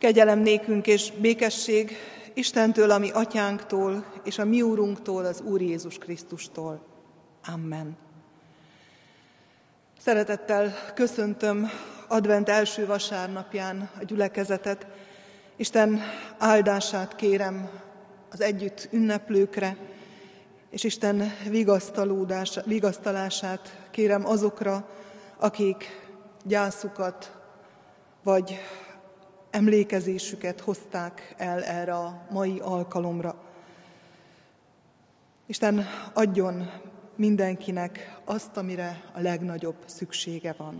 Kegyelem nékünk és békesség Istentől, a mi atyánktól, és a mi úrunktól, az Úr Jézus Krisztustól. Amen. Szeretettel köszöntöm advent első vasárnapján a gyülekezetet. Isten áldását kérem az együtt ünneplőkre, és Isten vigasztalását kérem azokra, akik gyászukat vagy emlékezésüket hozták el erre a mai alkalomra. Isten adjon mindenkinek azt, amire a legnagyobb szüksége van.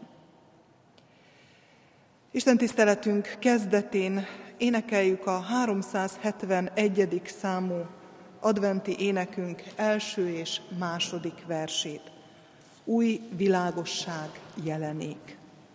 Isten tiszteletünk kezdetén énekeljük a 371. számú adventi énekünk első és második versét. Új világosság jelenik.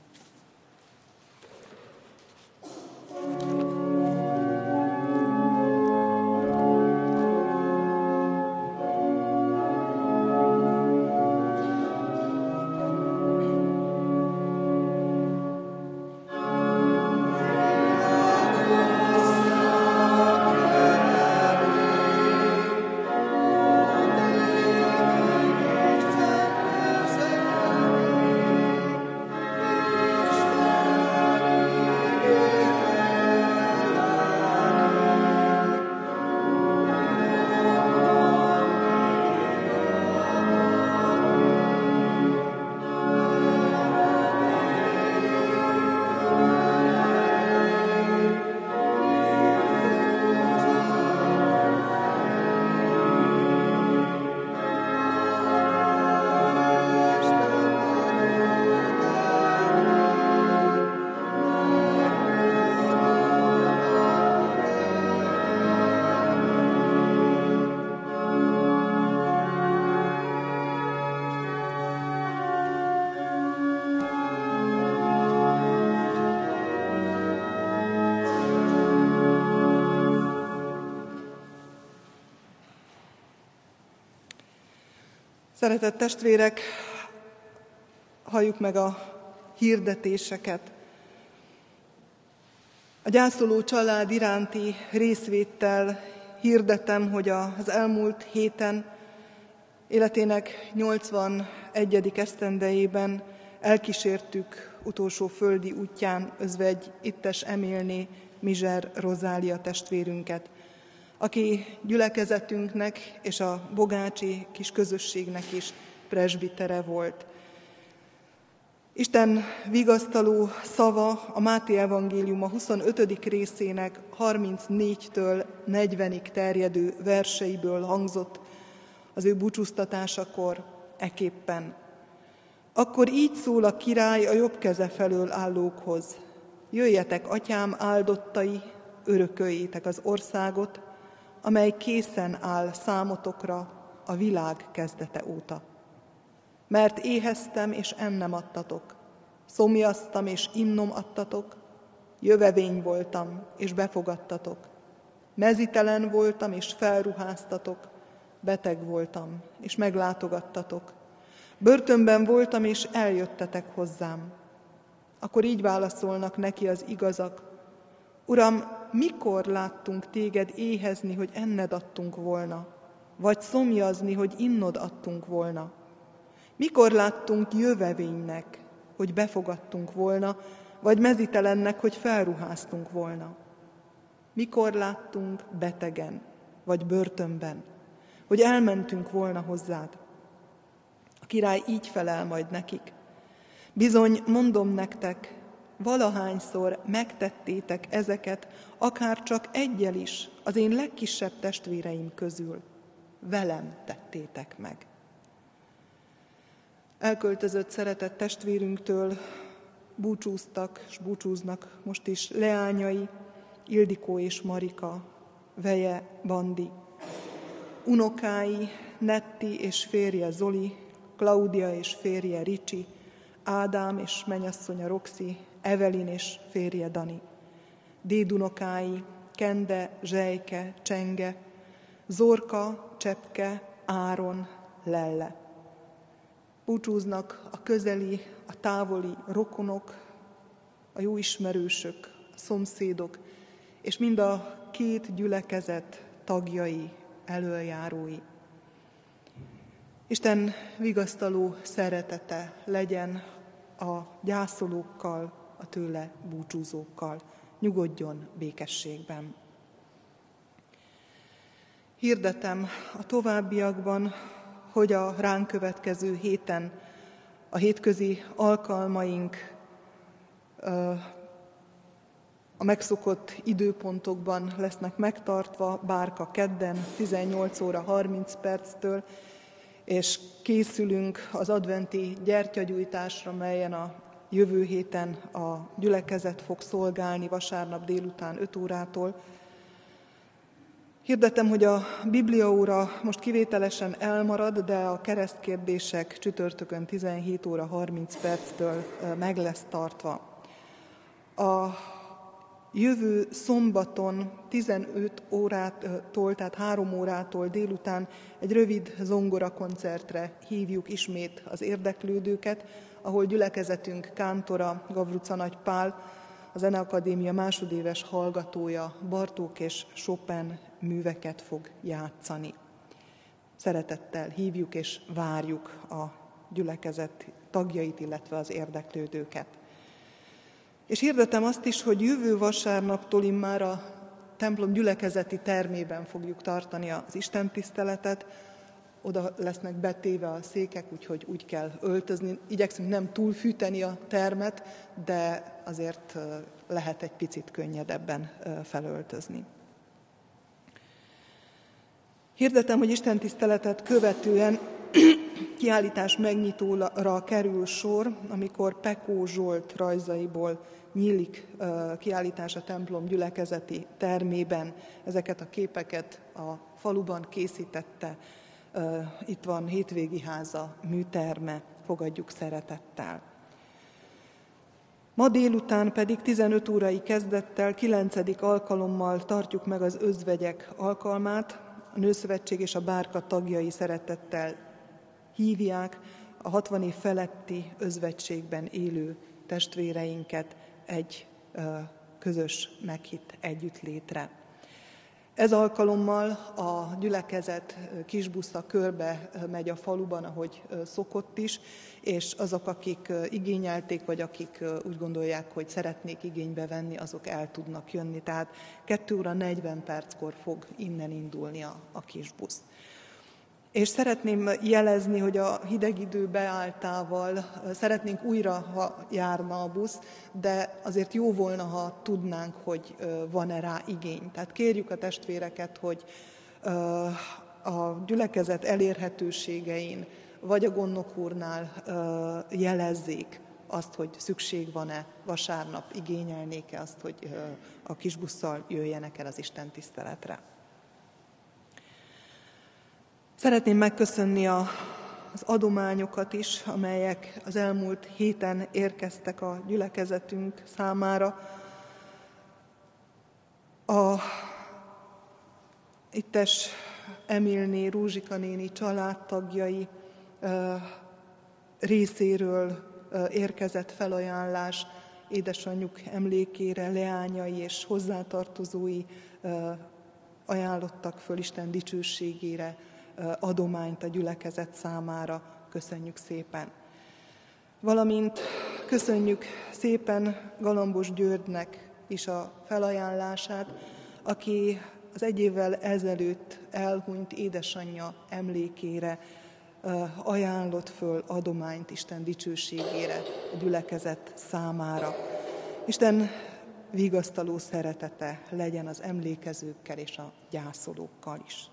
Szeretett testvérek, halljuk meg a hirdetéseket. A gyászoló család iránti részvéttel hirdetem, hogy az elmúlt héten életének 81. esztendejében elkísértük utolsó földi útján özvegy Ittes Emélné Mizser Rozália testvérünket, aki gyülekezetünknek és a bogácsi kis közösségnek is presbitere volt. Isten vigasztaló szava a Máté evangélium a 25. részének 34-től 40-ig terjedő verseiből hangzott az ő búcsúztatásakor eképpen. Akkor így szól a király a jobb keze felől állókhoz: jöjjetek, atyám áldottai, örököljétek az országot, amely készen áll számotokra a világ kezdete óta. Mert éheztem, és ennem adtatok, szomjaztam, és innom adtatok, jövevény voltam, és befogadtatok, mezitelen voltam, és felruháztatok, beteg voltam, és meglátogattatok, börtönben voltam, és eljöttetek hozzám. Akkor így válaszolnak neki az igazak: Uram, mikor láttunk téged éhezni, hogy enned adtunk volna, vagy szomjazni, hogy innod adtunk volna? Mikor láttunk jövevénynek, hogy befogadtunk volna, vagy mezitelennek, hogy felruháztunk volna? Mikor láttunk betegen, vagy börtönben, hogy elmentünk volna hozzád? A király így felel majd nekik: bizony, mondom nektek, valahányszor megtettétek ezeket, akár csak eggyel is, az én legkisebb testvéreim közül, velem tettétek meg. Elköltözött szeretett testvérünktől búcsúztak, és búcsúznak most is leányai, Ildikó és Marika, Veje Bandi, unokái Netti és férje Zoli, Klaudia és férje Ricsi, Ádám és mennyasszonya Roxi, Evelin és férje Dani, dédunokái Kende, Zsejke, Csenge, Zorka, Csepke, Áron, Lelle. Búcsúznak a közeli, a távoli rokonok, a jó ismerősök, a szomszédok, és mind a két gyülekezet tagjai, elöljárói. Isten vigasztaló szeretete legyen a gyászolókkal, a tőle búcsúzókkal. Nyugodjon békességben. Hirdetem a továbbiakban, hogy a ránk következő héten a hétközi alkalmaink a megszokott időpontokban lesznek megtartva, bárka kedden 18 óra 30 perctől, és készülünk az adventi gyertyagyújtásra, melyen a jövő héten a gyülekezet fog szolgálni vasárnap délután 5 órától. Hirdetem, hogy a bibliaóra most kivételesen elmarad, de a keresztkérdések csütörtökön 17 óra 30 perctől meg lesz tartva. A jövő szombaton 15 órától, tehát 3 órától délután egy rövid zongorakoncertre hívjuk ismét az érdeklődőket, ahol gyülekezetünk kántora, Gavruca Nagy Pál, a Zeneakadémia másodéves hallgatója Bartók és Chopin műveket fog játszani. Szeretettel hívjuk és várjuk a gyülekezet tagjait, illetve az érdeklődőket. És hirdetem azt is, hogy jövő vasárnaptól immár a templom gyülekezeti termében fogjuk tartani az istentiszteletet. Oda lesznek betéve a székek, úgyhogy úgy kell öltözni. Igyekszünk nem túlfűteni a termet, de azért lehet egy picit könnyedebben felöltözni. Hirdetem, hogy istentiszteletet követően kiállítás megnyitóra kerül sor, amikor Pekó Zsolt rajzaiból nyílik kiállítás a templom gyülekezeti termében. Ezeket a képeket a faluban készítette. Itt van Hétvégi Háza műterme, fogadjuk szeretettel. Ma délután pedig 15 órai kezdettel 9. alkalommal tartjuk meg az özvegyek alkalmát. A Nőszövetség és a Bárka tagjai szeretettel hívják a 60 év feletti özvegységben élő testvéreinket egy közös meghitt együttlétre. Ez alkalommal a gyülekezet kisbusza körbe megy a faluban, ahogy szokott is, és azok, akik igényelték, vagy akik úgy gondolják, hogy szeretnék igénybe venni, azok el tudnak jönni. Tehát 2 óra 40 perckor fog innen indulni a kisbusz. És szeretném jelezni, hogy a hideg idő beálltával szeretnénk újra, ha járna a busz, de azért jó volna, ha tudnánk, hogy van-e rá igény. Tehát kérjük a testvéreket, hogy a gyülekezet elérhetőségein, vagy a gondnok úrnál jelezzék azt, hogy szükség van-e vasárnap, igényelnék-e azt, hogy a kisbusszal jöjjenek el az istentiszteletre. Szeretném megköszönni az adományokat is, amelyek az elmúlt héten érkeztek a gyülekezetünk számára. A ittes Emilné, Rózsika néni családtagjai részéről érkezett felajánlás édesanyjuk emlékére, leányai és hozzátartozói ajánlottak föl Isten dicsőségére adományt a gyülekezet számára. Köszönjük szépen! Valamint köszönjük szépen Galambos Györgynek is a felajánlását, aki az 1 évvel ezelőtt elhunyt édesanyja emlékére ajánlott föl adományt Isten dicsőségére a gyülekezet számára. Isten vigasztaló szeretete legyen az emlékezőkkel és a gyászolókkal is.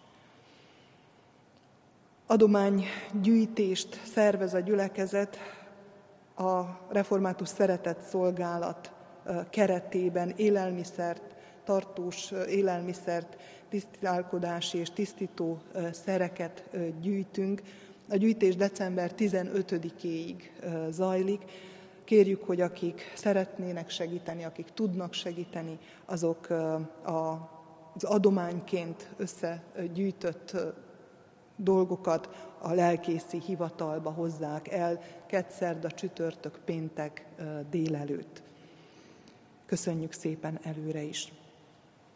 Adománygyűjtést szervez a gyülekezet a Református Szeretett Szolgálat keretében. Tartós élelmiszert, tisztálkodási és tisztító szereket gyűjtünk. A gyűjtés december 15-éig zajlik. Kérjük, hogy akik szeretnének segíteni, akik tudnak segíteni, azok az adományként összegyűjtött dolgokat a lelkészi hivatalba hozzák el, kettszerda, csütörtök, péntek délelőtt. Köszönjük szépen előre is!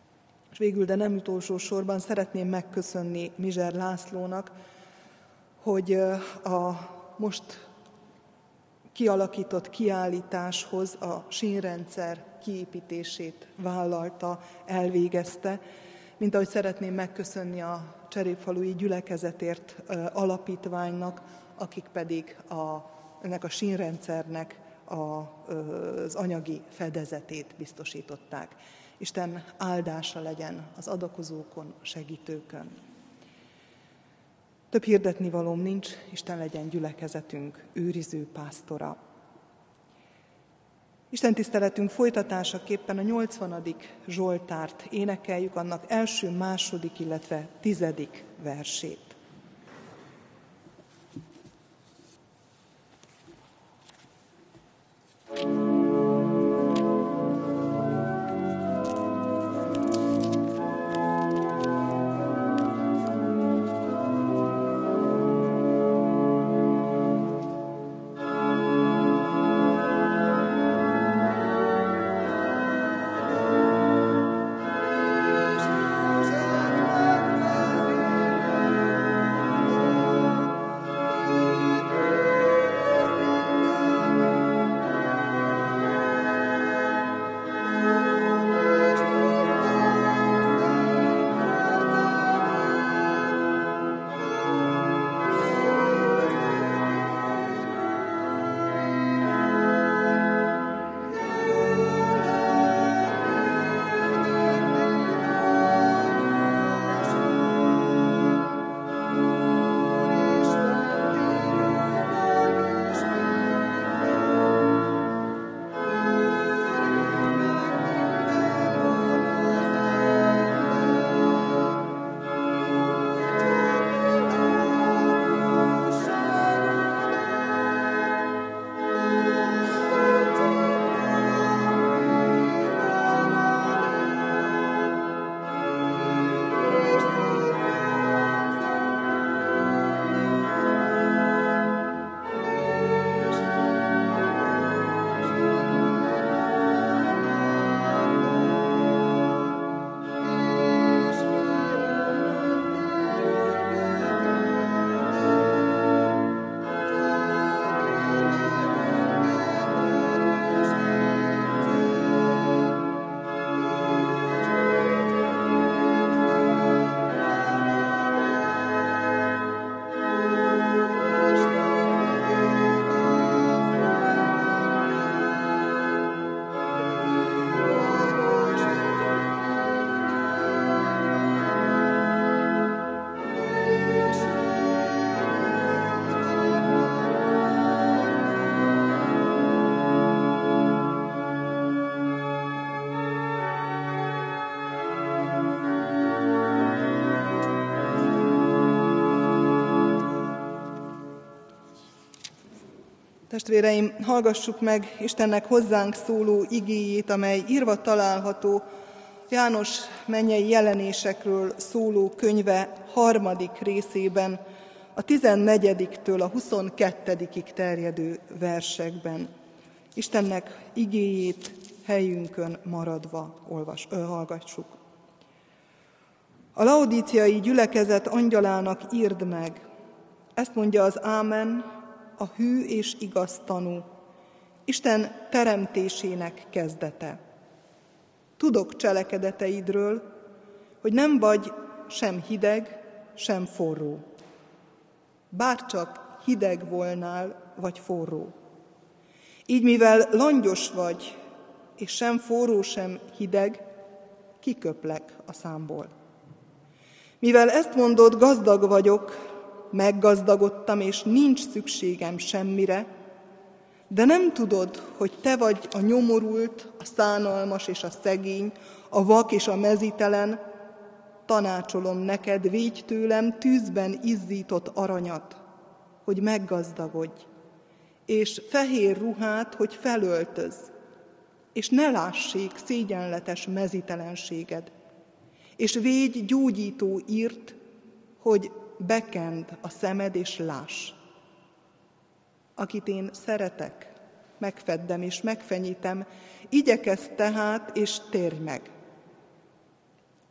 És végül, de nem utolsó sorban szeretném megköszönni Mizser Lászlónak, hogy a most kialakított kiállításhoz a sínrendszer kiépítését vállalta, elvégezte, mint ahogy szeretném megköszönni a Cserépfalui Gyülekezetért alapítványnak, akik pedig ennek a sínrendszernek az anyagi fedezetét biztosították. Isten áldása legyen az adakozókon, a segítőkön. Több hirdetnivalóm nincs, Isten legyen gyülekezetünk őriző pásztora. Isten tiszteletünk folytatásaképpen a 80. Zsoltárt énekeljük, annak első, második, illetve 10. versét. Testvéreim, hallgassuk meg Istennek hozzánk szóló igéjét, amely írva található János mennyei jelenésekről szóló könyve 3. részében, a 14-től a 22-ig terjedő versekben. Istennek igéjét helyünkön maradva hallgassuk. A laodíciai gyülekezet angyalának írd meg, ezt mondja az Ámen, a hű és igaz tanú, Isten teremtésének kezdete. Tudok cselekedeteidről, hogy nem vagy sem hideg, sem forró. Bárcsak hideg volnál, vagy forró. Így mivel langyos vagy, és sem forró, sem hideg, kiköplek a számból. Mivel ezt mondod, gazdag vagyok, meggazdagodtam, és nincs szükségem semmire, de nem tudod, hogy te vagy a nyomorult, a szánalmas és a szegény, a vak és a mezítelen, tanácsolom neked, védj tőlem tűzben izzított aranyat, hogy meggazdagodj, és fehér ruhát, hogy felöltöz, és ne lássék szégyenletes mezítelenséged, és védj gyógyító írt, hogy bekend a szemed és láss. Akit én szeretek, megfeddem és megfenyítem, igyekezz tehát és térj meg.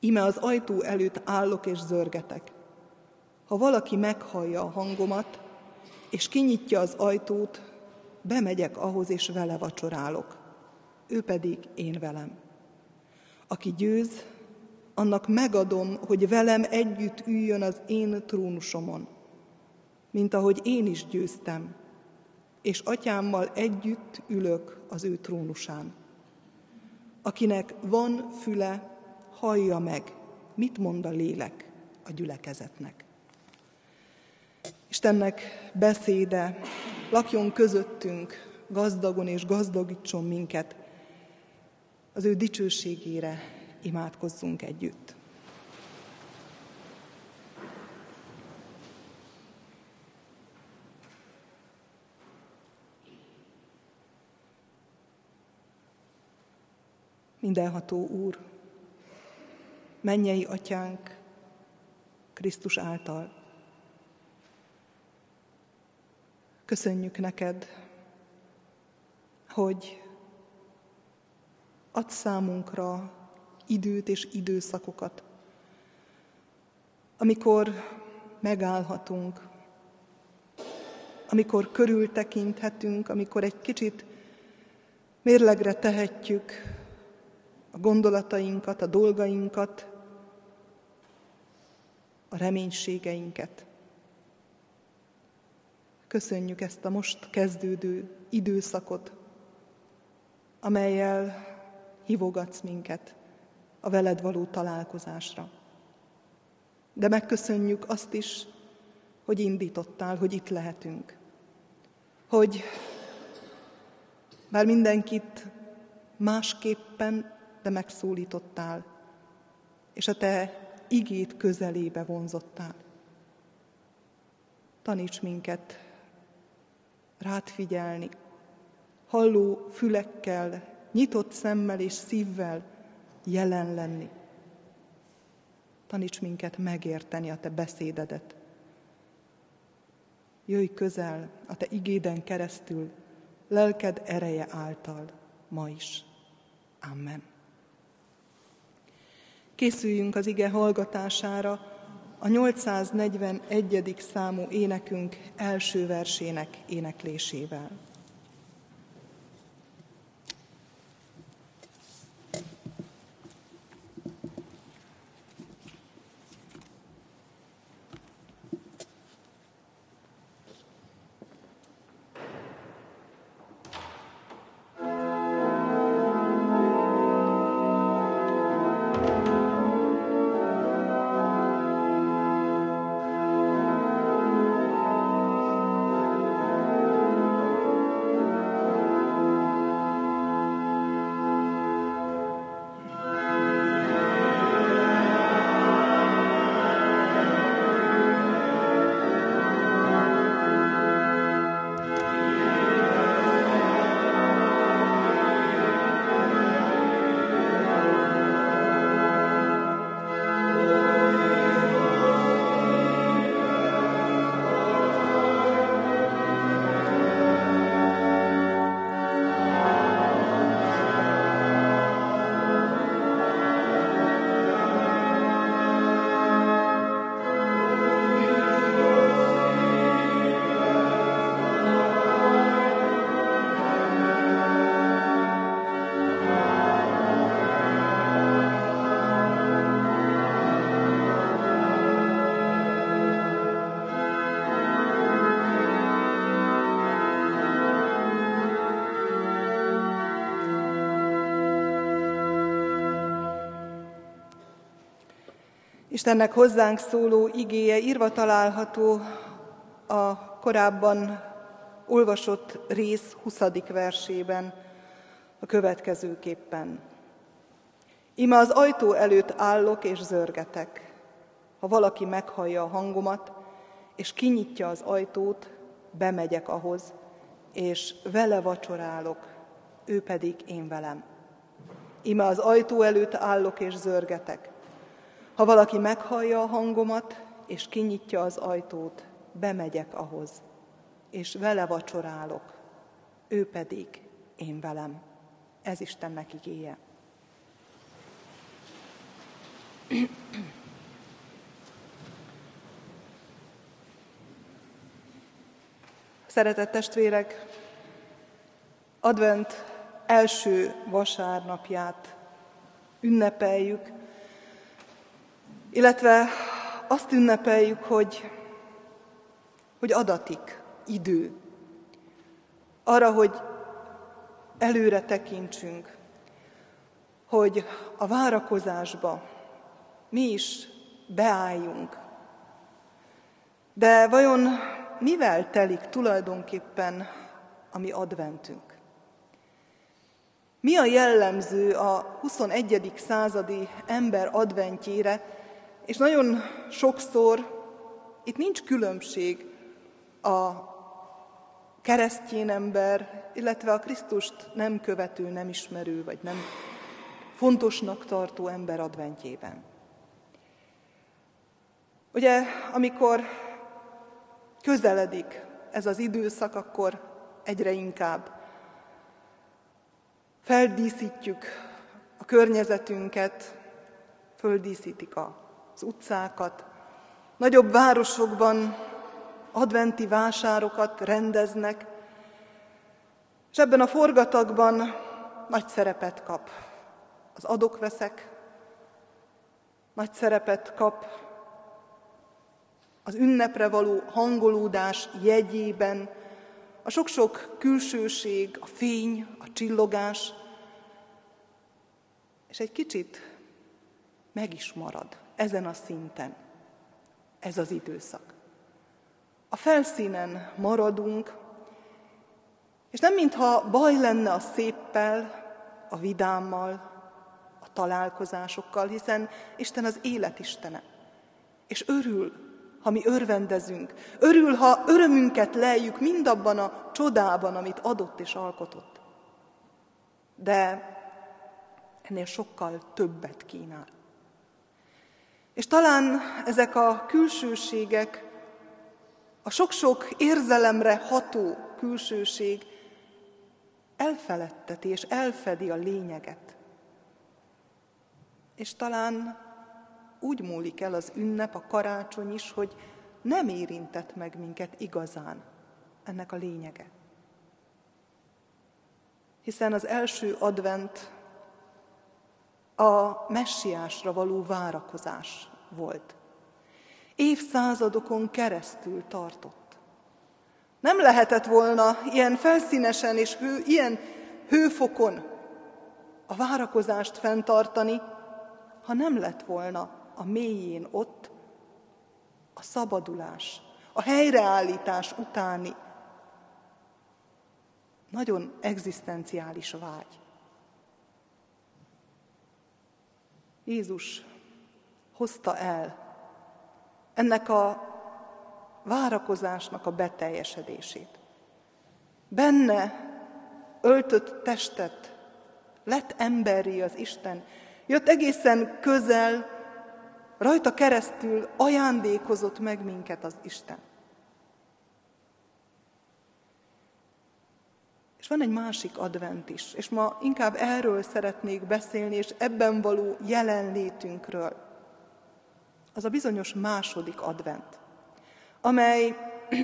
Íme az ajtó előtt állok és zörgetek. Ha valaki meghallja a hangomat, és kinyitja az ajtót, bemegyek ahhoz, és vele vacsorálok. Ő pedig én velem. Aki győz, annak megadom, hogy velem együtt üljön az én trónusomon, mint ahogy én is győztem, és atyámmal együtt ülök az ő trónusán. Akinek van füle, hallja meg, mit mond a lélek a gyülekezetnek. Istennek beszéde lakjon közöttünk gazdagon és gazdagítson minket. Az ő dicsőségére imádkozzunk együtt. Mindenható Úr, mennyei Atyánk Krisztus által, köszönjük neked, hogy adsz számunkra időt és időszakokat, amikor megállhatunk, amikor körültekinthetünk, amikor egy kicsit mérlegre tehetjük a gondolatainkat, a dolgainkat, a reménységeinket. Köszönjük ezt a most kezdődő időszakot, amellyel hívogatsz minket a veled való találkozásra. De megköszönjük azt is, hogy indítottál, hogy itt lehetünk. Hogy bár mindenkit másképpen, de megszólítottál, és a te igéd közelébe vonzottál. Taníts minket rád figyelni, halló fülekkel, nyitott szemmel és szívvel jelen lenni. Taníts minket megérteni a te beszédedet. Jöjj közel a te igéden keresztül, lelked ereje által ma is. Amen. Készüljünk az ige hallgatására a 841. számú énekünk első versének éneklésével. Istennek hozzánk szóló igéje írva található a korábban olvasott rész 20. versében a következőképpen. Íme az ajtó előtt állok és zörgetek. Ha valaki meghallja a hangomat, és kinyitja az ajtót, bemegyek ahhoz, és vele vacsorálok, ő pedig én velem. Íme az ajtó előtt állok és zörgetek. Ha valaki meghallja a hangomat, és kinyitja az ajtót, bemegyek ahhoz, és vele vacsorálok, ő pedig én velem. Ez Istennek igéje. Szeretett testvérek, advent első vasárnapját ünnepeljük, illetve azt ünnepeljük, hogy adatik idő arra, hogy előre tekintsünk, hogy a várakozásba mi is beálljunk. De vajon mivel telik tulajdonképpen a mi adventünk? Mi a jellemző a 21. századi ember adventjére, és nagyon sokszor itt nincs különbség a keresztény ember, illetve a Krisztust nem követő, nem ismerő, vagy nem fontosnak tartó ember adventjében. Ugye, amikor közeledik ez az időszak, akkor egyre inkább feldíszítjük a környezetünket, földíszítik az utcákat. Nagyobb városokban adventi vásárokat rendeznek, és ebben a forgatagban nagy szerepet kap az adok-veszek, nagy szerepet kap az ünnepre való hangolódás jegyében a sok-sok külsőség, a fény, a csillogás, és egy kicsit meg is marad ezen a szinten ez az időszak. A felszínen maradunk, és nem mintha baj lenne a széppel, a vidámmal, a találkozásokkal, hiszen Isten az élet istene, és örül, ha mi örvendezünk, örül, ha örömünket lejjük mindabban a csodában, amit adott és alkotott. De ennél sokkal többet kínál. És talán ezek a külsőségek, a sok-sok érzelemre ható külsőség elfeledteti és elfedi a lényeget. És talán úgy múlik el az ünnep, a karácsony is, hogy nem érintett meg minket igazán ennek a lényege. Hiszen az első advent a messiásra való várakozás volt. Évszázadokon keresztül tartott. Nem lehetett volna ilyen felszínesen és ilyen hőfokon a várakozást fenntartani, ha nem lett volna a mélyén ott a szabadulás, a helyreállítás utáni nagyon egzisztenciális vágy. Jézus hozta el ennek a várakozásnak a beteljesedését. Benne öltött testet, lett emberré az Isten, jött egészen közel, rajta keresztül ajándékozott meg minket az Isten. És van egy másik advent is, és ma inkább erről szeretnék beszélni, és ebben való jelenlétünkről. Az a bizonyos második advent, amely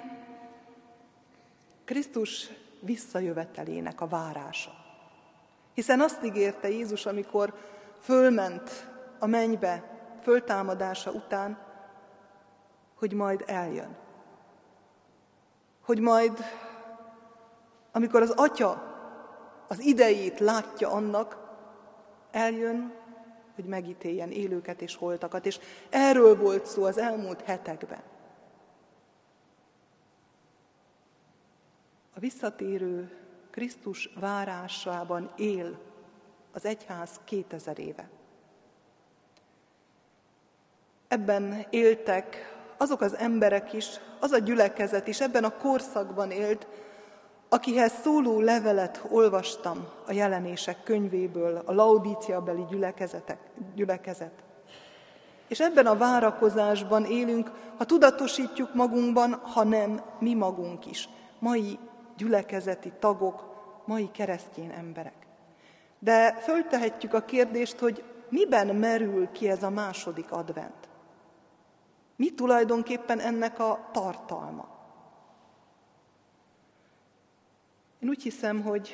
Krisztus visszajövetelének a várása. Hiszen azt ígérte Jézus, amikor fölment a mennybe, föltámadása után, hogy majd eljön. Hogy majd, amikor az Atya az idejét látja annak, eljön, hogy megítéljen élőket és holtakat. És erről volt szó az elmúlt hetekben. A visszatérő Krisztus várásában él az egyház 2000 éve. Ebben éltek azok az emberek is, az a gyülekezet is, ebben a korszakban élt, akihez szóló levelet olvastam a Jelenések könyvéből, a Laodíciabeli gyülekezet. És ebben a várakozásban élünk, ha tudatosítjuk magunkban, ha nem, mi magunk is, mai gyülekezeti tagok, mai keresztény emberek. De föltehetjük a kérdést, hogy miben merül ki ez a második advent. Mi tulajdonképpen ennek a tartalma? Én úgy hiszem, hogy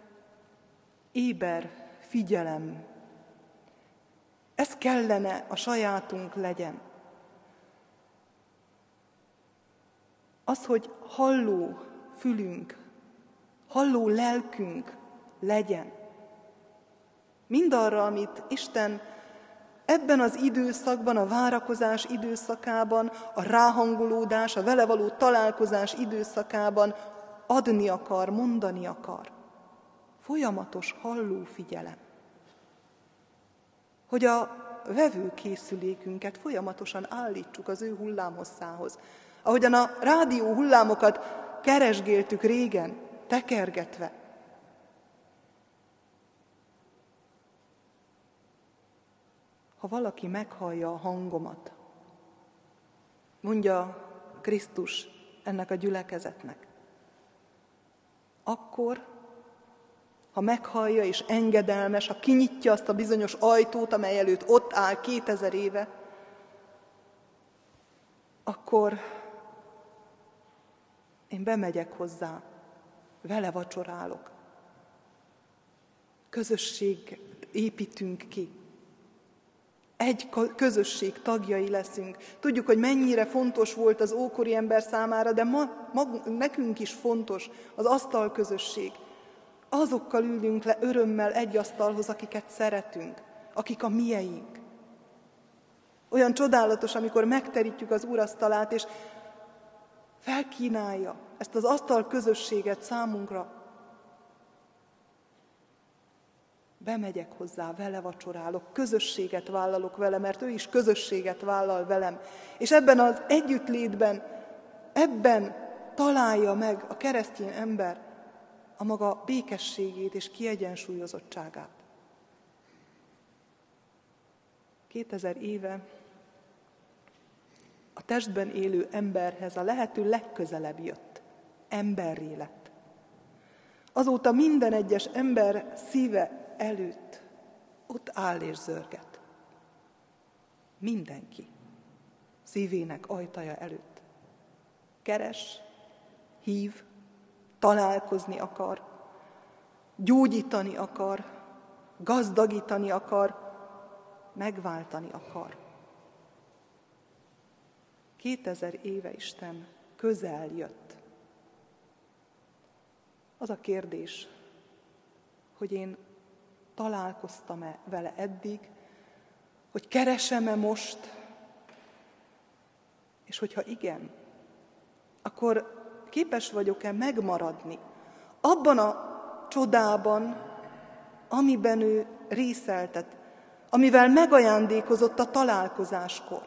éber figyelem. Ez kellene a sajátunk legyen. Az, hogy halló fülünk, halló lelkünk legyen. Mindarra, amit Isten ebben az időszakban, a várakozás időszakában, a ráhangolódás, a vele való találkozás időszakában adni akar, mondani akar. Folyamatos halló figyelem. Hogy a vevőkészülékünket folyamatosan állítsuk az ő hullámhosszához. Ahogyan a rádió hullámokat keresgéltük régen, tekergetve. Ha valaki meghallja a hangomat, mondja Krisztus ennek a gyülekezetnek, akkor, ha meghallja és engedelmes, ha kinyitja azt a bizonyos ajtót, amely előtt ott áll 2000 éve, akkor én bemegyek hozzá, vele vacsorálok. Közösség építünk ki. Egy közösség tagjai leszünk. Tudjuk, hogy mennyire fontos volt az ókori ember számára, de nekünk is fontos az asztalközösség. Azokkal ülünk le örömmel egy asztalhoz, akiket szeretünk, akik a mieink. Olyan csodálatos, amikor megterítjük az úrasztalát, és felkínálja ezt az asztalközösséget számunkra. Bemegyek hozzá, vele vacsorálok, közösséget vállalok vele, mert ő is közösséget vállal velem. És ebben az együttlétben, ebben találja meg a keresztény ember a maga békességét és kiegyensúlyozottságát. 2000 éve a testben élő emberhez a lehető legközelebb jött, emberré lett. Azóta minden egyes ember szíve előtt ott áll és zörget. Mindenki szívének ajtaja előtt. Keres, hív, találkozni akar, gyógyítani akar, gazdagítani akar, megváltani akar. 2000 éve Isten közel jött. Az a kérdés, hogy én találkoztam-e vele eddig, hogy keresem-e most, és hogyha igen, akkor képes vagyok-e megmaradni abban a csodában, amiben ő részeltet, amivel megajándékozott a találkozáskor.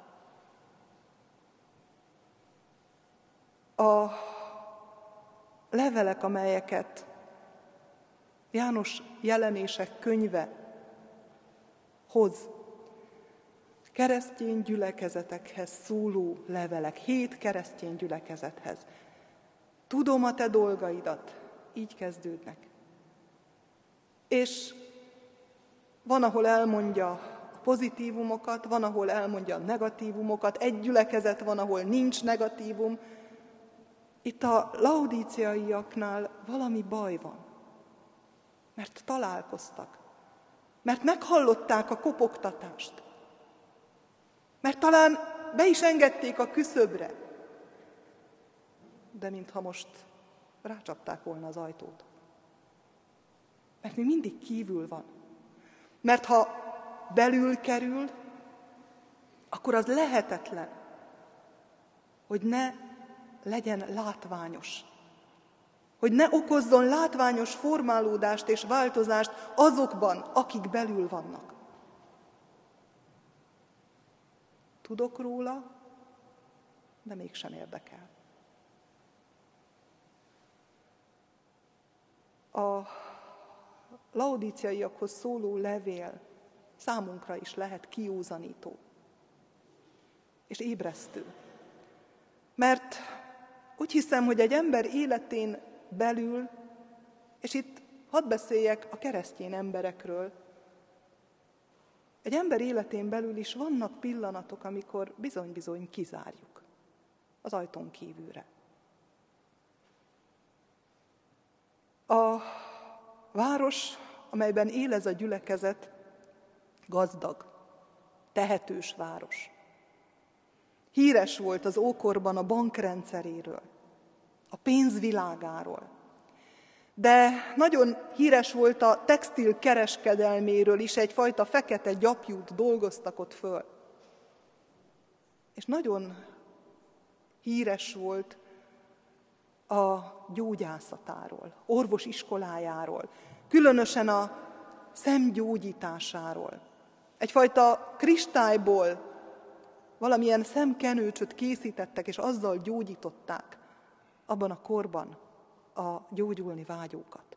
A levelek, amelyeket János jelenések könyve hoz, keresztény gyülekezetekhez szóló levelek, 7 keresztény gyülekezethez. Tudom a te dolgaidat, így kezdődnek. És van, ahol elmondja a pozitívumokat, van, ahol elmondja a negatívumokat, egy gyülekezet van, ahol nincs negatívum. Itt a laudíciaiaknál valami baj van, mert találkoztak, mert meghallották a kopogtatást, mert talán be is engedték a küszöbre, de mintha most rácsapták volna az ajtót. Mert még mindig kívül van. Mert ha belül kerül, akkor az lehetetlen, hogy ne legyen látványos. Hogy ne okozzon látványos formálódást és változást azokban, akik belül vannak. Tudok róla, de mégsem érdekel. A laodíciaiakhoz szóló levél számunkra is lehet kiúzanító és ébresztő. Mert úgy hiszem, hogy egy ember életén belül, és itt hadd beszéljek a keresztény emberekről, egy ember életén belül is vannak pillanatok, amikor bizony-bizony kizárjuk az ajtón kívülre. A város, amelyben él ez a gyülekezet, gazdag, tehetős város. Híres volt az ókorban a bankrendszeréről, a pénzvilágáról, de nagyon híres volt a textil kereskedelméről is, egyfajta fekete gyapjút dolgoztak ott föl. És nagyon híres volt a gyógyászatáról, orvosiskolájáról, különösen a szemgyógyításáról. Egyfajta kristályból valamilyen szemkenőcsöt készítettek, és azzal gyógyították abban a korban a gyógyulni vágyókat.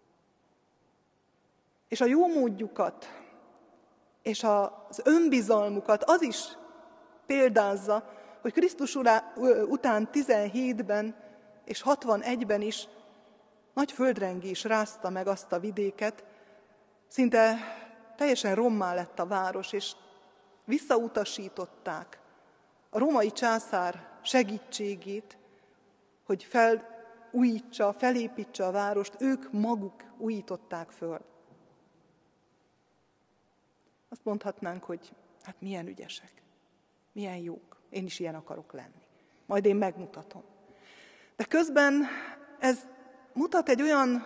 És a jómódjukat és az önbizalmukat az is példázza, hogy Krisztus után 17-ben és 61-ben is nagy földrengés rázta meg azt a vidéket, szinte teljesen rommá lett a város, és visszautasították a római császár segítségét, hogy felépítse a várost, ők maguk újították föl. Azt mondhatnánk, hogy hát milyen ügyesek, milyen jók, én is ilyen akarok lenni. Majd én megmutatom. De közben ez mutat egy olyan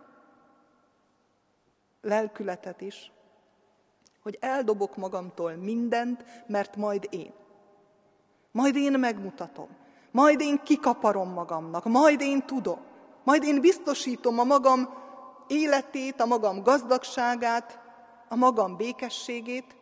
lelkületet is, hogy eldobok magamtól mindent, mert majd én. Majd én megmutatom. Majd én kikaparom magamnak. Majd én tudom. Majd én biztosítom a magam életét, a magam gazdagságát, a magam békességét.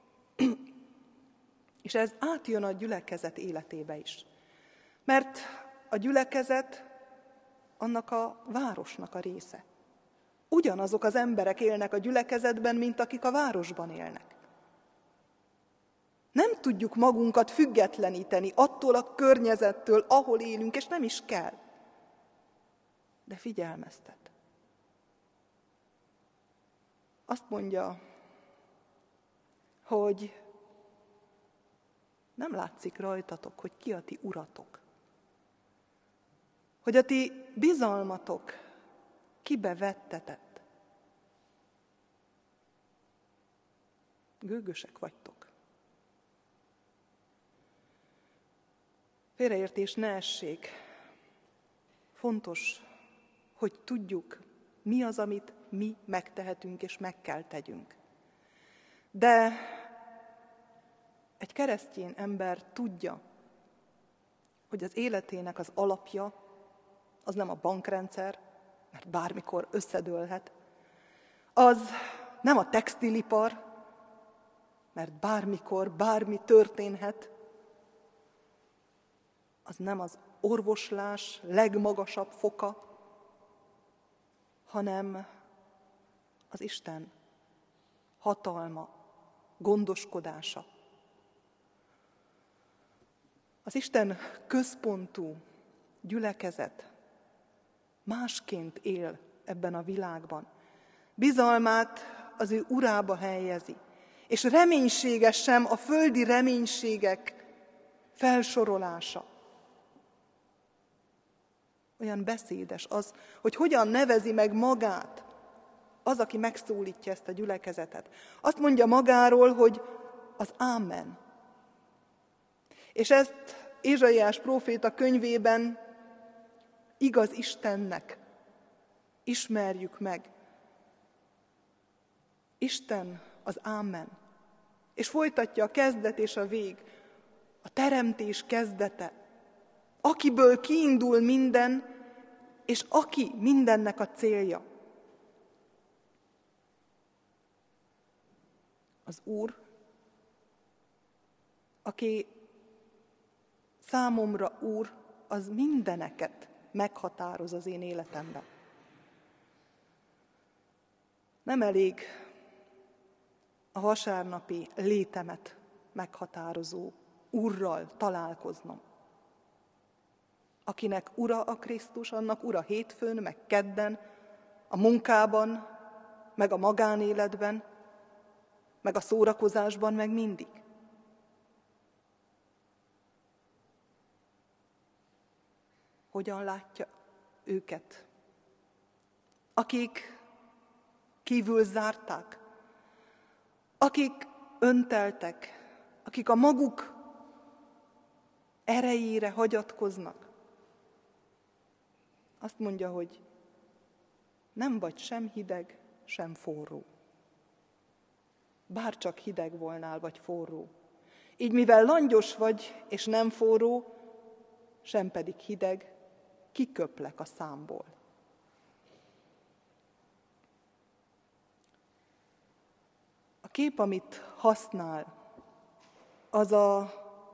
És ez átjön a gyülekezet életébe is. Mert a gyülekezet annak a városnak a része. Ugyanazok az emberek élnek a gyülekezetben, mint akik a városban élnek. Nem tudjuk magunkat függetleníteni attól a környezettől, ahol élünk, és nem is kell. De figyelmeztet. Azt mondja, hogy nem látszik rajtatok, hogy ki a ti uratok. Hogy a ti bizalmatok kibe vettetett. Gőgösek vagytok. Félreértés ne essék. Fontos, hogy tudjuk, mi az, amit mi megtehetünk és meg kell tegyünk. De egy keresztény ember tudja, hogy az életének az alapja az nem a bankrendszer, mert bármikor összedőlhet. Az nem a textilipar, mert bármikor, bármi történhet. Az nem az orvoslás legmagasabb foka, hanem az Isten hatalma, gondoskodása. Az Isten központú gyülekezet másként él ebben a világban. Bizalmát az ő urába helyezi, és reménysége sem a földi reménységek felsorolása. Olyan beszédes az, hogy hogyan nevezi meg magát az, aki megszólítja ezt a gyülekezetet. Azt mondja magáról, hogy az Ámen. És ezt Ézsaiás próféta könyvében igaz Istennek ismerjük meg. Isten az Ámen. És folytatja a kezdet és a vég, a teremtés kezdete, akiből kiindul minden, és aki mindennek a célja. Az Úr, aki számomra Úr, az mindeneket meghatároz az én életemben. Nem elég a vasárnapi létemet meghatározó Úrral találkoznom. Akinek ura a Krisztus, annak ura hétfőn, meg kedden, a munkában, meg a magánéletben, meg a szórakozásban meg mindig. Hogyan látja őket, akik kívül zárták, akik önteltek, akik a maguk erejére hagyatkoznak. Azt mondja, hogy nem vagy sem hideg, sem forró. Bárcsak hideg volnál, vagy forró. Így mivel langyos vagy, és nem forró, sem pedig hideg, kiköplek a számból. A kép, amit használ, az a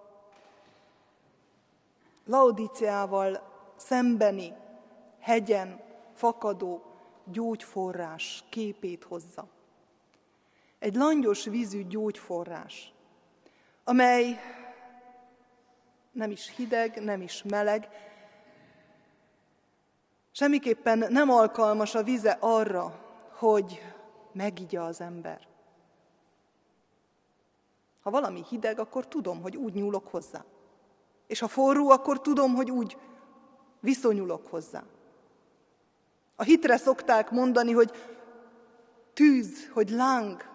Laodíceával szembeni hegyen fakadó gyógyforrás képét hozza. Egy langyos vízű gyógyforrás, amely nem is hideg, nem is meleg, semmiképpen nem alkalmas a vize arra, hogy megigya az ember. Ha valami hideg, akkor tudom, hogy úgy nyúlok hozzá. És ha forró, akkor tudom, hogy úgy viszonyulok hozzá. A hitre szokták mondani, hogy tűz, hogy láng,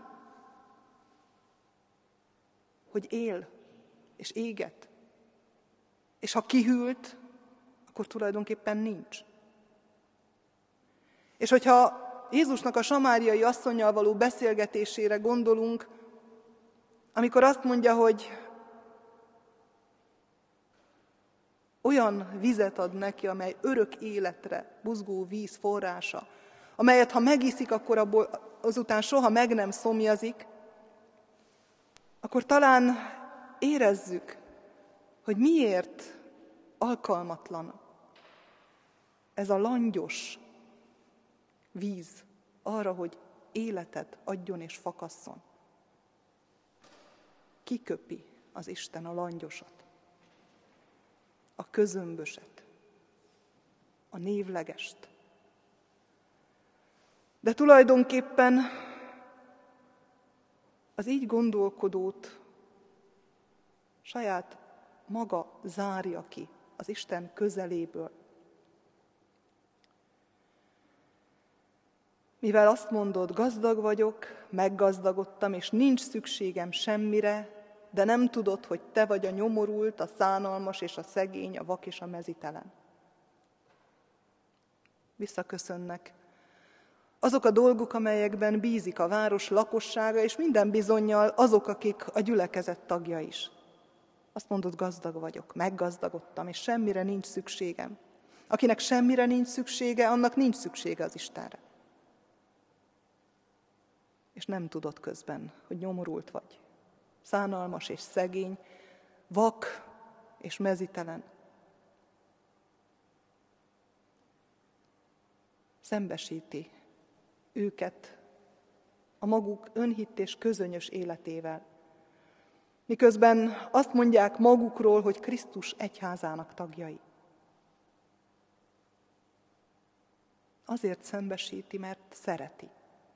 hogy él és éget. És ha kihűlt, akkor tulajdonképpen nincs. És hogyha Jézusnak a samáriai asszonnyal való beszélgetésére gondolunk, amikor azt mondja, hogy olyan vizet ad neki, amely örök életre buzgó víz forrása, amelyet ha megiszik, akkor abból azután soha meg nem szomjazik, akkor talán érezzük, hogy miért alkalmatlan ez a langyos víz arra, hogy életet adjon és fakasszon. Kiköpi az Isten a langyosat, a közömböset, a névlegest. De tulajdonképpen az így gondolkodót saját maga zárja ki az Isten közeléből. Mivel azt mondod, gazdag vagyok, meggazdagodtam, és nincs szükségem semmire, de nem tudod, hogy te vagy a nyomorult, a szánalmas és a szegény, a vak és a mezitelen. Visszaköszönnek azok a dolgok, amelyekben bízik a város lakossága, és minden bizonnyal azok, akik a gyülekezet tagja is. Azt mondod, gazdag vagyok, meggazdagodtam, és semmire nincs szükségem. Akinek semmire nincs szüksége, annak nincs szüksége az Istenre. És nem tudod közben, hogy nyomorult vagy, szánalmas és szegény, vak és mezitelen. Szembesíti őket a maguk önhitt és közönyös életével, miközben azt mondják magukról, hogy Krisztus egyházának tagjai. Azért szembesíti, mert szereti.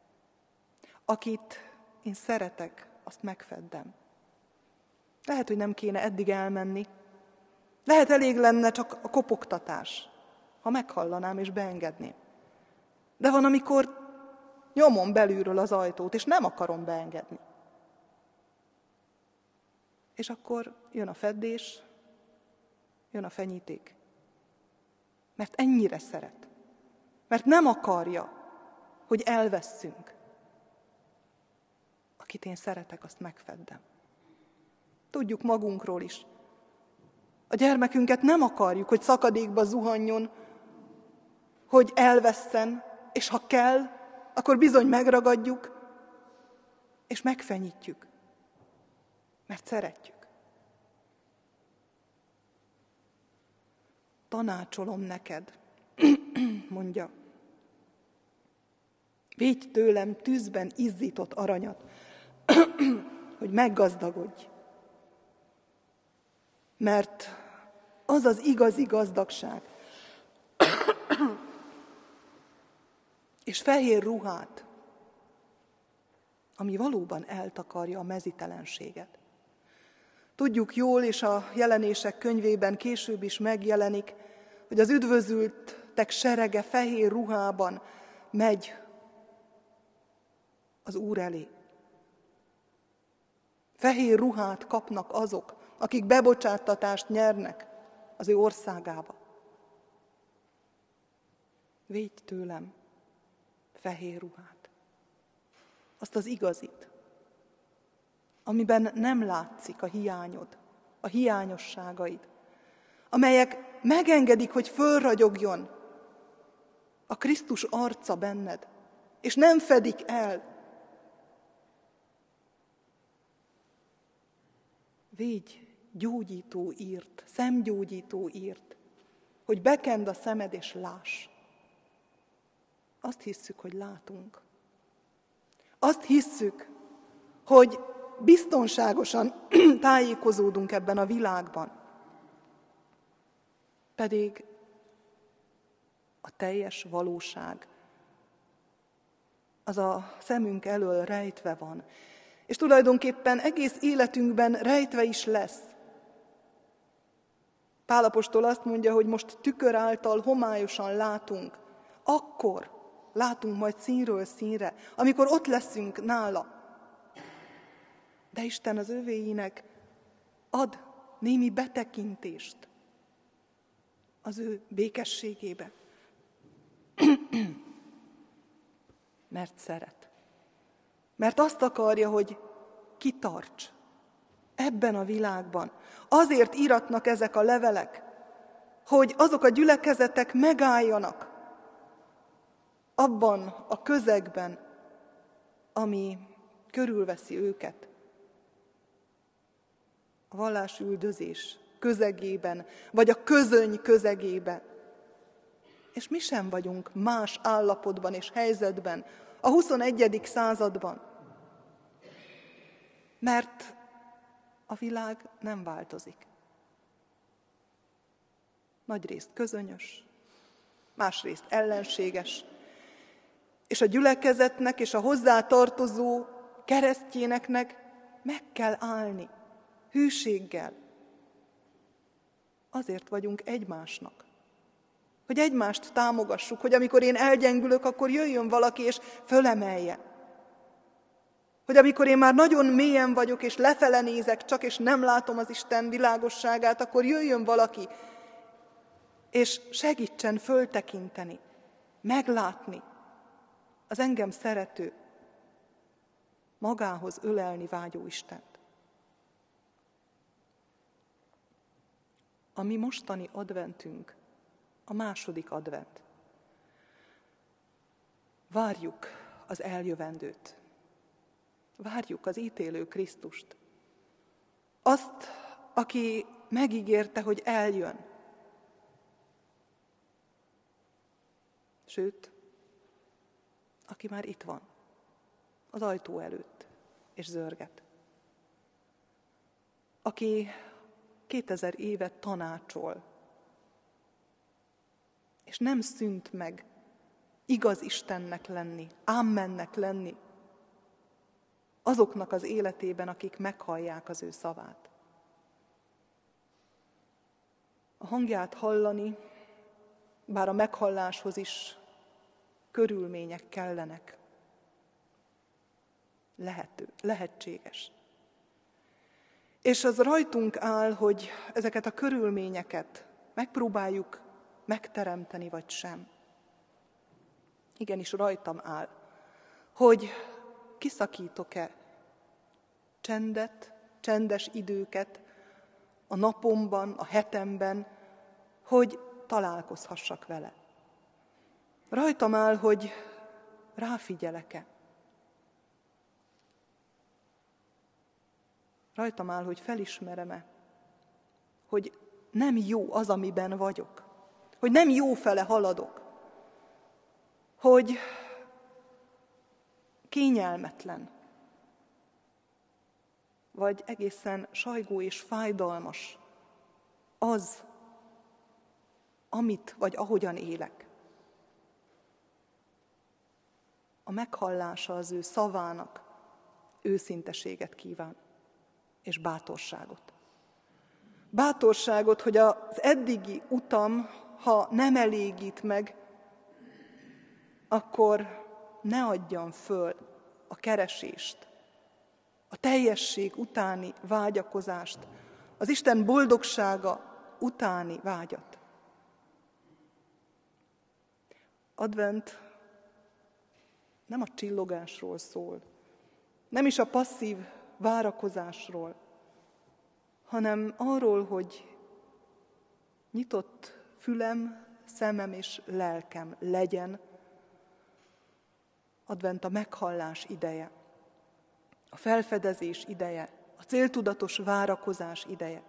Akit én szeretek, azt megfeddem. Lehet, hogy nem kéne eddig elmenni. Lehet, elég lenne csak a kopogtatás, ha meghallanám és beengedném. De van, amikor nyomom belülről az ajtót, és nem akarom beengedni. És akkor jön a feddés, jön a fenyíték. Mert ennyire szeret. Mert nem akarja, hogy elvesszünk. Akit én szeretek, azt megfeddem. Tudjuk magunkról is. A gyermekünket nem akarjuk, hogy szakadékba zuhanjon, hogy elvesszen, és ha kell, akkor bizony megragadjuk, és megfenyítjük. Mert szeretjük. Tanácsolom neked, mondja, védj tőlem tűzben izzított aranyat, hogy meggazdagodj. Mert az az igazi gazdagság, és fehér ruhát, ami valóban eltakarja a mezitelenséget. Tudjuk jól, és a Jelenések könyvében később is megjelenik, hogy az üdvözültek serege fehér ruhában megy az Úr elé. Fehér ruhát kapnak azok, akik bebocsáttatást nyernek az ő országába. Védj tőlem fehér ruhát, azt az igazit, amiben nem látszik a hiányod, a hiányosságaid, amelyek megengedik, hogy fölragyogjon a Krisztus arca benned, és nem fedik el. Védj gyógyító írt, szemgyógyító írt, hogy bekend a szemed és láss. Azt hisszük, hogy látunk. Azt hisszük, hogy biztonságosan tájékozódunk ebben a világban. Pedig a teljes valóság az a szemünk elől rejtve van. És tulajdonképpen egész életünkben rejtve is lesz. Pál apostol azt mondja, hogy most tükör által homályosan látunk, akkor látunk majd színről színre, amikor ott leszünk nála. De Isten az övéinek ad némi betekintést az ő békességébe. Mert szeret. Mert azt akarja, hogy kitarts ebben a világban. Azért íratnak ezek a levelek, hogy azok a gyülekezetek megálljanak abban a közegben, ami körülveszi őket. A vallásüldözés közegében, vagy a közöny közegében. És mi sem vagyunk más állapotban és helyzetben a 21. században. Mert a világ nem változik. Nagyrészt közönyös, másrészt ellenséges, és a gyülekezetnek és a hozzátartozó keresztjéneknek meg kell állni, hűséggel. Azért vagyunk egymásnak, hogy egymást támogassuk, hogy amikor én elgyengülök, akkor jöjjön valaki és fölemelje. Hogy amikor én már nagyon mélyen vagyok, és lefele nézek csak, és nem látom az Isten világosságát, akkor jöjjön valaki, és segítsen föltekinteni, meglátni az engem szerető, magához ölelni vágyó Istent. A mi mostani adventünk, a második advent. Várjuk az eljövendőt. Várjuk az ítélő Krisztust. Azt, aki megígérte, hogy eljön. Sőt, aki már itt van, az ajtó előtt, és zörget. Aki 2000 évet tanácsol, és nem szűnt meg igaz Istennek lenni, ámmennek lenni azoknak az életében, akik meghallják az ő szavát. A hangját hallani, bár a meghalláshoz is körülmények kellenek. Lehetséges. És az rajtunk áll, hogy ezeket a körülményeket megpróbáljuk megteremteni, vagy sem. Igenis rajtam áll, hogy kiszakítok-e csendet, csendes időket a napomban, a hetemben, hogy találkozhassak vele. Rajtam áll, hogy ráfigyelek-e. Rajtam áll, hogy felismerem-e, hogy nem jó az, amiben vagyok, hogy nem jó fele haladok, hogy kényelmetlen, vagy egészen sajgó és fájdalmas az, amit vagy ahogyan élek. A meghallása az ő szavának őszinteséget kíván, és bátorságot. Bátorságot, hogy az eddigi utam, ha nem elégít meg, akkor ne adjam föl a keresést, a teljesség utáni vágyakozást, az Isten boldogsága utáni vágyat. Advent nem a csillogásról szól, nem is a passzív várakozásról, hanem arról, hogy nyitott fülem, szemem és lelkem legyen. Advent a meghallás ideje, a felfedezés ideje, a céltudatos várakozás ideje.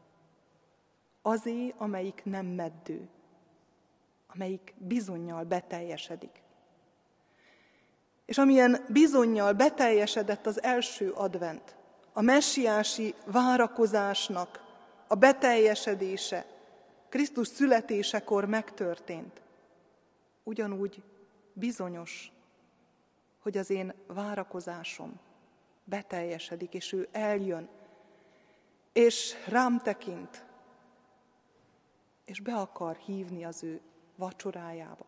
Azé, amelyik nem meddő, amelyik bizonnyal beteljesedik. És amilyen bizonnyal beteljesedett az első advent, a messiási várakozásnak a beteljesedése Krisztus születésekor megtörtént, ugyanúgy bizonyos, hogy az én várakozásom beteljesedik, és ő eljön, és rám tekint, és be akar hívni az ő vacsorájába.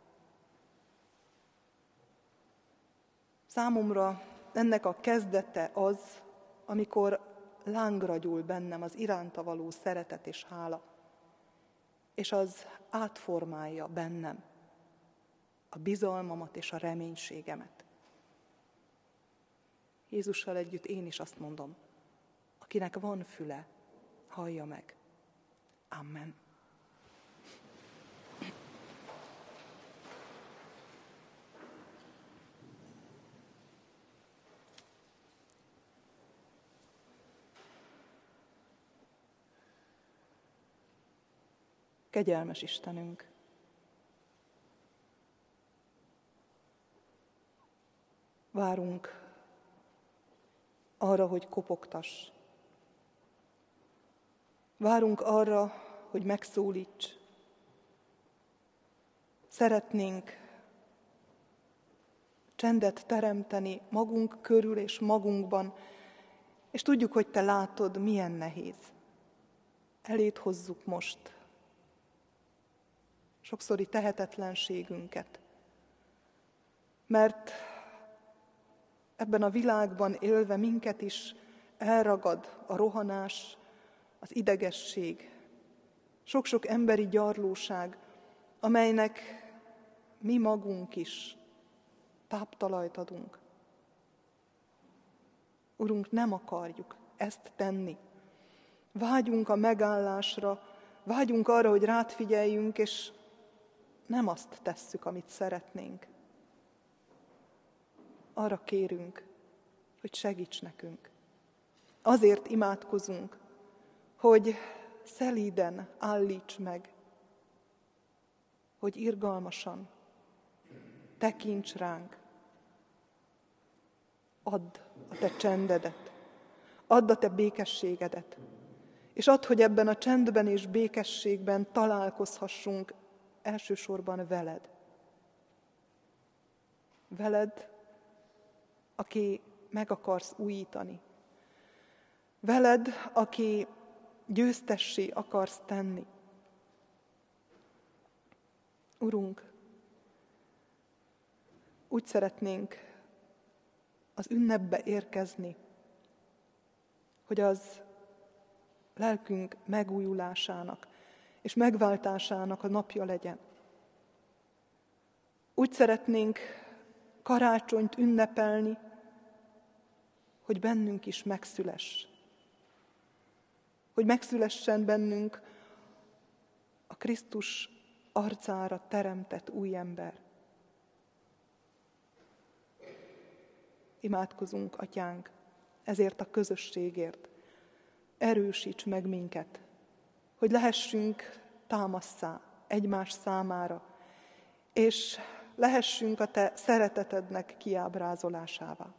Számomra ennek a kezdete az, amikor lángra gyúl bennem az iránta való szeretet és hála, és az átformálja bennem a bizalmamat és a reménységemet. Jézussal együtt én is azt mondom, akinek van füle, hallja meg. Amen. Kegyelmes Istenünk, várunk arra, hogy kopogtass. Várunk arra, hogy megszólíts. Szeretnénk csendet teremteni magunk körül és magunkban, és tudjuk, hogy Te látod, milyen nehéz. Eléd hozzuk most sokszori tehetetlenségünket, mert ebben a világban élve minket is elragad a rohanás, az idegesség, sok-sok emberi gyarlóság, amelynek mi magunk is táptalajt adunk. Urunk, nem akarjuk ezt tenni. Vágyunk a megállásra, vágyunk arra, hogy rád figyeljünk, és nem azt tesszük, amit szeretnénk. Arra kérünk, hogy segíts nekünk. Azért imádkozunk, hogy szelíden állíts meg, hogy irgalmasan tekints ránk. Add a Te csendedet, add a Te békességedet, és add, hogy ebben a csendben és békességben találkozhassunk elsősorban veled. Veled, aki meg akarsz újítani. Veled, aki győztessé akarsz tenni. Urunk, úgy szeretnénk az ünnepbe érkezni, hogy az lelkünk megújulásának és megváltásának a napja legyen. Úgy szeretnénk karácsonyt ünnepelni, hogy bennünk is megszüless. Hogy megszülessen bennünk a Krisztus arcára teremtett új ember. Imádkozunk, Atyánk, ezért a közösségért. Erősíts meg minket, hogy lehessünk támasszá egymás számára, és lehessünk a Te szeretetednek kiábrázolásává.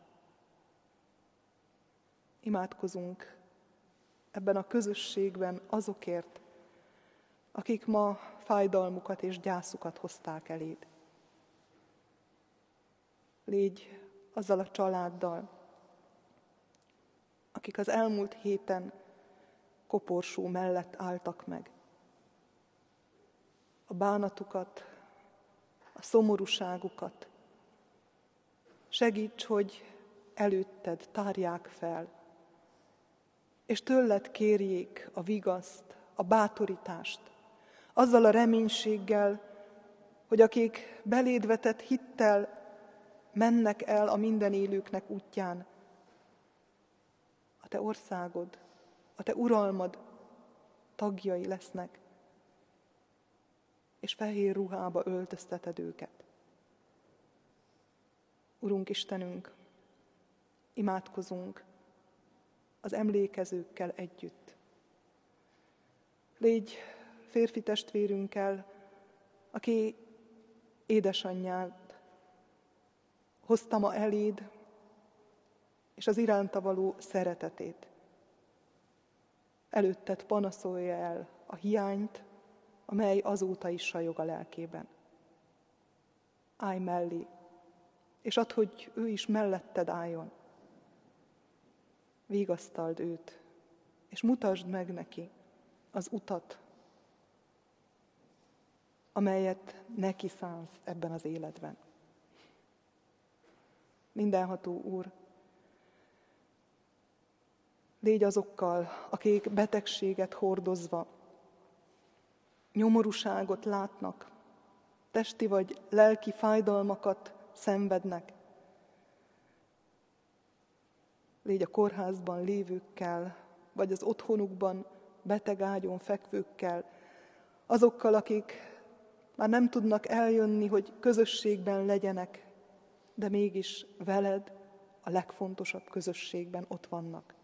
Imádkozunk ebben a közösségben azokért, akik ma fájdalmukat és gyászukat hozták eléd. Légy azzal a családdal, akik az elmúlt héten koporsó mellett álltak meg. A bánatukat, a szomorúságukat segíts, hogy előtted tárják fel, és tőled kérjék a vigaszt, a bátorítást, azzal a reménységgel, hogy akik beléd vetett hittel mennek el a minden élőknek útján, a te országod, a te uralmad tagjai lesznek, és fehér ruhába öltözteted őket. Urunk Istenünk, imádkozunk az emlékezőkkel együtt. Légy férfi testvérünkkel, aki édesanyját hozta ma eléd, és az iránta való szeretetét. Előtted panaszolja el a hiányt, amely azóta is sajog a lelkében. Állj mellé, és add, hogy ő is melletted álljon. Vigasztald őt, és mutasd meg neki az utat, amelyet neki szánsz ebben az életben. Mindenható Úr, légy azokkal, akik betegséget hordozva, nyomorúságot látnak, testi vagy lelki fájdalmakat szenvednek. Légy a kórházban lévőkkel, vagy az otthonukban beteg ágyon fekvőkkel, azokkal, akik már nem tudnak eljönni, hogy közösségben legyenek, de mégis veled a legfontosabb közösségben ott vannak.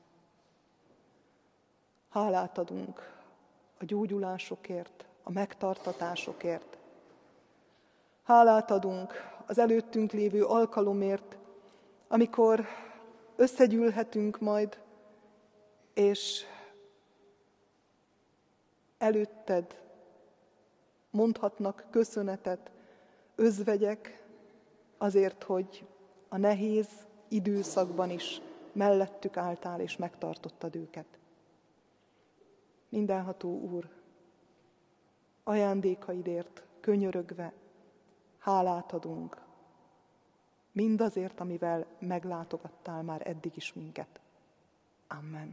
Hálát adunk a gyógyulásokért, a megtartatásokért. Hálát adunk az előttünk lévő alkalomért, amikor összegyűlhetünk majd, és előtted mondhatnak köszönetet özvegyek azért, hogy a nehéz időszakban is mellettük álltál és megtartottad őket. Mindenható Úr, ajándékaidért könyörögve hálát adunk, mindazért, amivel meglátogattál már eddig is minket. Amen.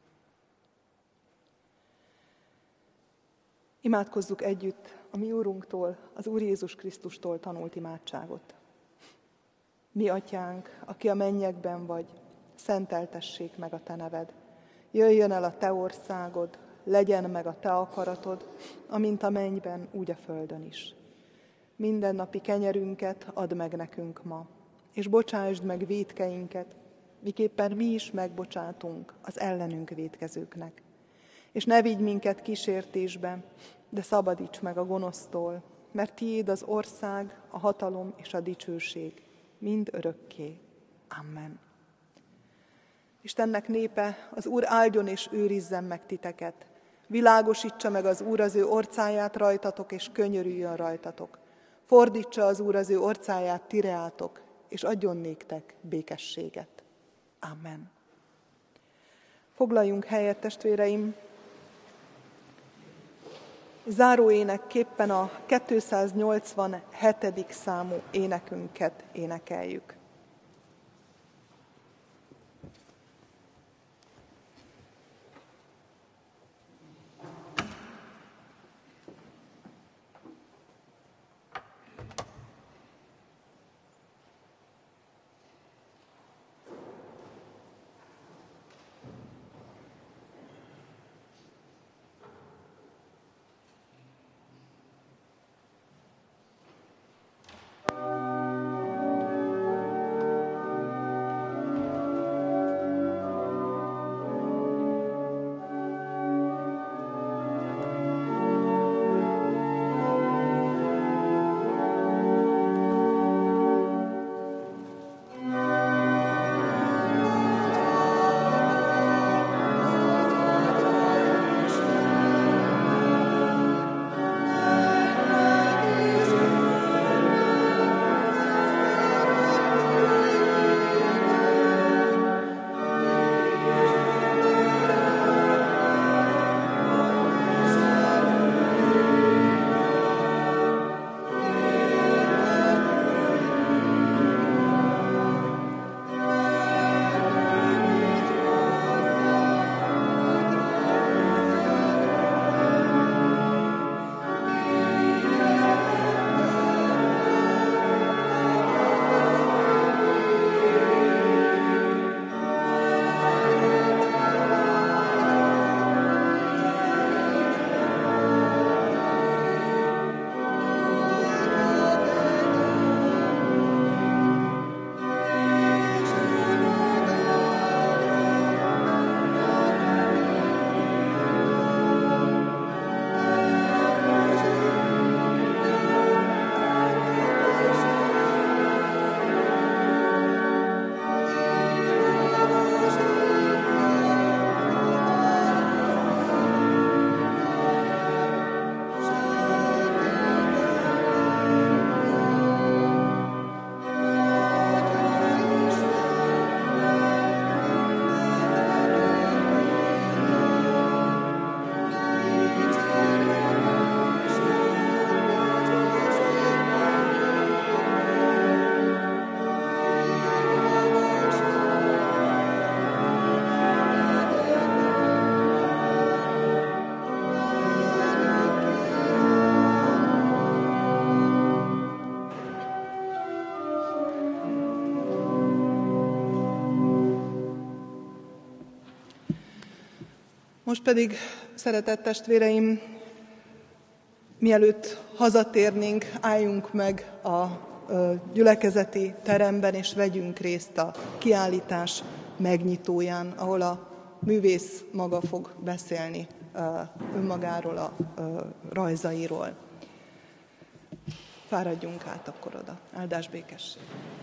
Imádkozzuk együtt a mi Úrunktól, az Úr Jézus Krisztustól tanult imádságot. Mi Atyánk, aki a mennyekben vagy, szenteltessék meg a te neved. Jöjjön el a te országod, legyen meg a te akaratod, amint a mennyben, úgy a földön is. Mindennapi kenyerünket add meg nekünk ma, és bocsásd meg vétkeinket, miképpen mi is megbocsátunk az ellenünk vétkezőknek. És ne vigy minket kísértésbe, de szabadíts meg a gonosztól, mert tiéd az ország, a hatalom és a dicsőség, mind örökké. Amen. Istennek népe, az Úr áldjon és őrizzen meg titeket. Világosítsa meg az Úr az ő orcáját rajtatok, és könyörüljön rajtatok. Fordítsa az Úr az ő orcáját tireátok, és adjon néktek békességet. Amen. Foglaljunk helyet, testvéreim! Záróénekképpen a 287. számú énekünket énekeljük. Most pedig, szeretett testvéreim, mielőtt hazatérnénk, álljunk meg a gyülekezeti teremben, és vegyünk részt a kiállítás megnyitóján, ahol a művész maga fog beszélni önmagáról, a rajzairól. Fáradjunk át akkor oda. Áldás békesség!